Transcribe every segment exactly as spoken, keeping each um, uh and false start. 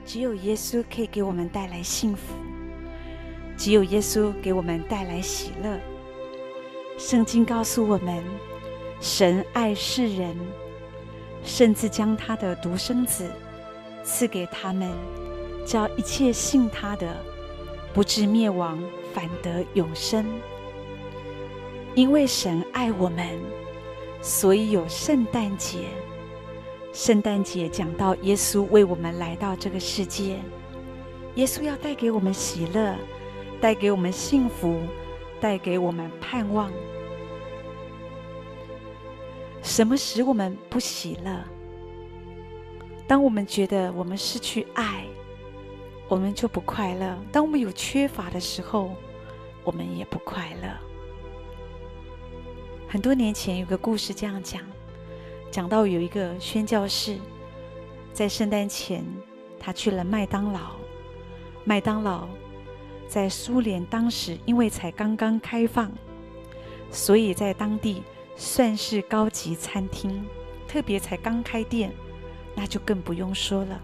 只有耶稣可以给我们带来幸福，只有耶稣给我们带来喜乐。圣经告诉我们，神爱世人，甚至将他的独生子赐给他们，叫一切信他的不至灭亡，反得永生。因为神爱我们，所以有圣诞节。圣诞节讲到耶稣为我们来到这个世界，耶稣要带给我们喜乐，带给我们幸福，带给我们盼望。什么使我们不喜乐？当我们觉得我们失去爱，我们就不快乐；当我们有缺乏的时候，我们也不快乐。很多年前有个故事这样讲，讲到有一个宣教士，在圣诞前他去了麦当劳。麦当劳在苏联当时因为才刚刚开放，所以在当地算是高级餐厅，特别才刚开店，那就更不用说了。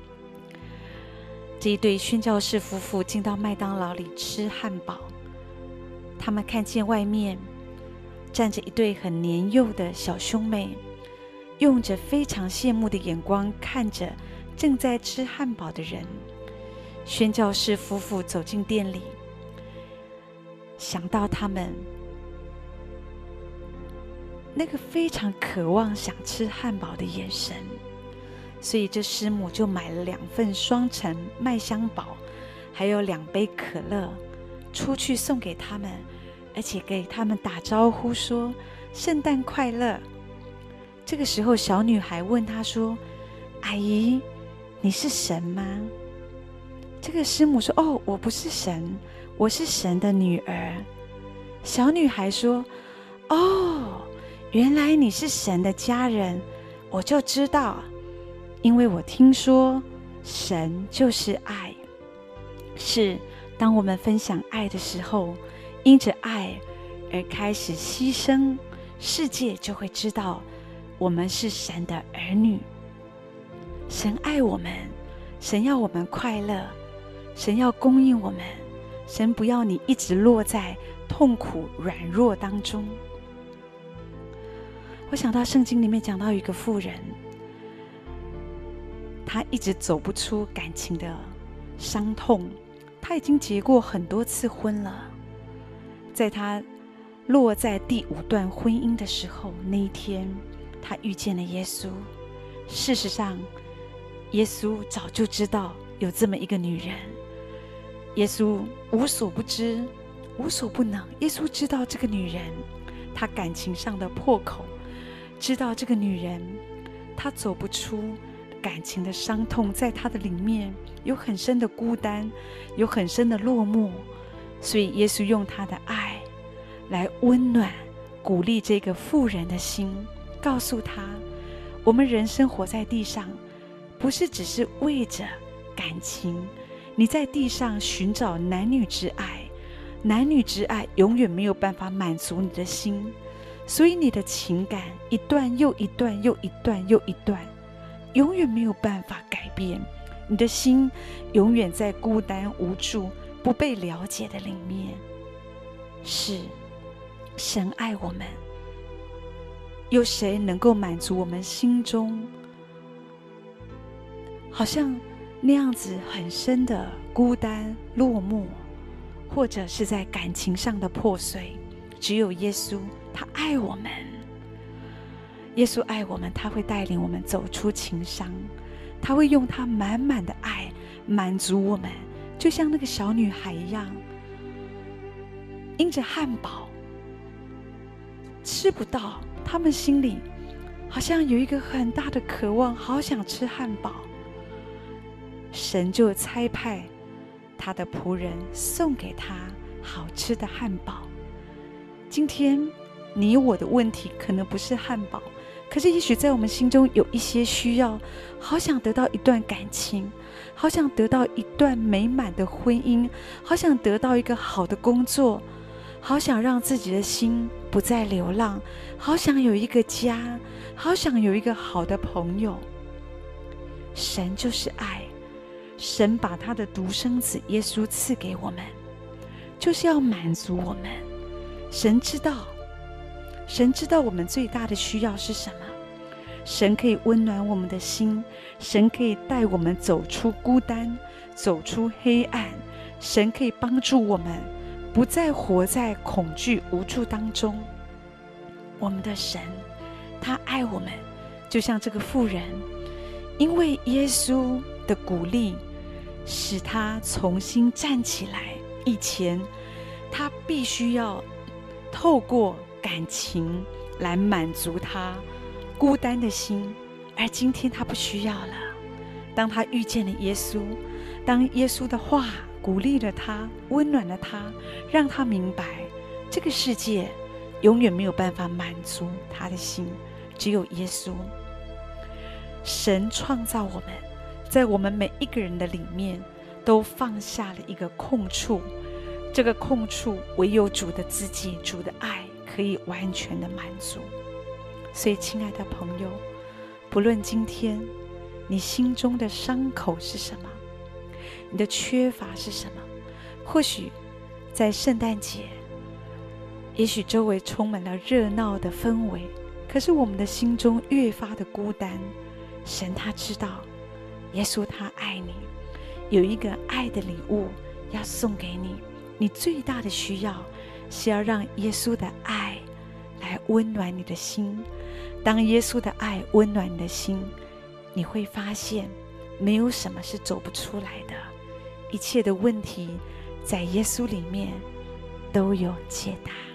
这一对宣教士夫妇进到麦当劳里吃汉堡，他们看见外面站着一对很年幼的小兄妹，用着非常羡慕的眼光看着正在吃汉堡的人。宣教士夫妇走进店里，想到他们那个非常渴望想吃汉堡的眼神，所以这师母就买了两份双层麦香堡，还有两杯可乐，出去送给他们，而且给他们打招呼说圣诞快乐。这个时候小女孩问她说，阿姨，你是神吗？这个师母说，哦，我不是神，我是神的女儿。小女孩说，哦，原来你是神的家人，我就知道，因为我听说神就是爱。是，当我们分享爱的时候，因着爱而开始牺牲，世界就会知道我们是神的儿女。神爱我们，神要我们快乐，神要供应我们，神不要你一直落在痛苦软弱当中。我想到圣经里面讲到一个妇人，她一直走不出感情的伤痛，她已经结过很多次婚了。在她落在第五段婚姻的时候，那一天她遇见了耶稣。事实上耶稣早就知道有这么一个女人，耶稣无所不知，无所不能。耶稣知道这个女人她感情上的破口，知道这个女人她走不出感情的伤痛，在她的里面有很深的孤单，有很深的落寞，所以耶稣用他的爱来温暖鼓励这个妇人的心，告诉她，我们人生活在地上，不是只是为着感情，你在地上寻找男女之爱，男女之爱永远没有办法满足你的心，所以你的情感一段又一段又一段又一段，永远没有办法改变，你的心永远在孤单无助不被了解的里面。是，神爱我们，有谁能够满足我们心中好像那样子很深的孤单落寞，或者是在感情上的破碎？只有耶稣，他爱我们。耶稣爱我们，他会带领我们走出情伤，他会用他满满的爱满足我们，就像那个小女孩一样，因着汉堡吃不到，他们心里好像有一个很大的渴望，好想吃汉堡。神就差派他的仆人送给他好吃的汉堡。今天你我的问题可能不是汉堡，可是也许在我们心中有一些需要，好想得到一段感情，好想得到一段美满的婚姻，好想得到一个好的工作，好想让自己的心不再流浪，好想有一个家，好想有一个好的朋友。神就是爱， 神把他的独生子耶稣赐给我们，就是要满足我们。神知道，神知道我们最大的需要是什么。神可以温暖我们的心，神可以带我们走出孤单，走出黑暗。神可以帮助我们不再活在恐惧无助当中。我们的神，他爱我们，就像这个妇人，因为耶稣的鼓励，使他重新站起来。以前他必须要透过感情来满足他孤单的心，而今天他不需要了。当他遇见了耶稣，当耶稣的话鼓励了他，温暖了他，让他明白这个世界永远没有办法满足他的心，只有耶稣。神创造我们，在我们每一个人的里面都放下了一个空处，这个空处唯有主的自己，主的爱可以完全的满足。所以亲爱的朋友，不论今天你心中的伤口是什么，你的缺乏是什么，或许在圣诞节，也许周围充满了热闹的氛围，可是我们的心中越发的孤单。神他知道，耶稣他爱你，有一个爱的礼物要送给你。你最大的需要是要让耶稣的爱来温暖你的心。当耶稣的爱温暖你的心，你会发现没有什么是走不出来的，一切的问题在耶稣里面都有解答。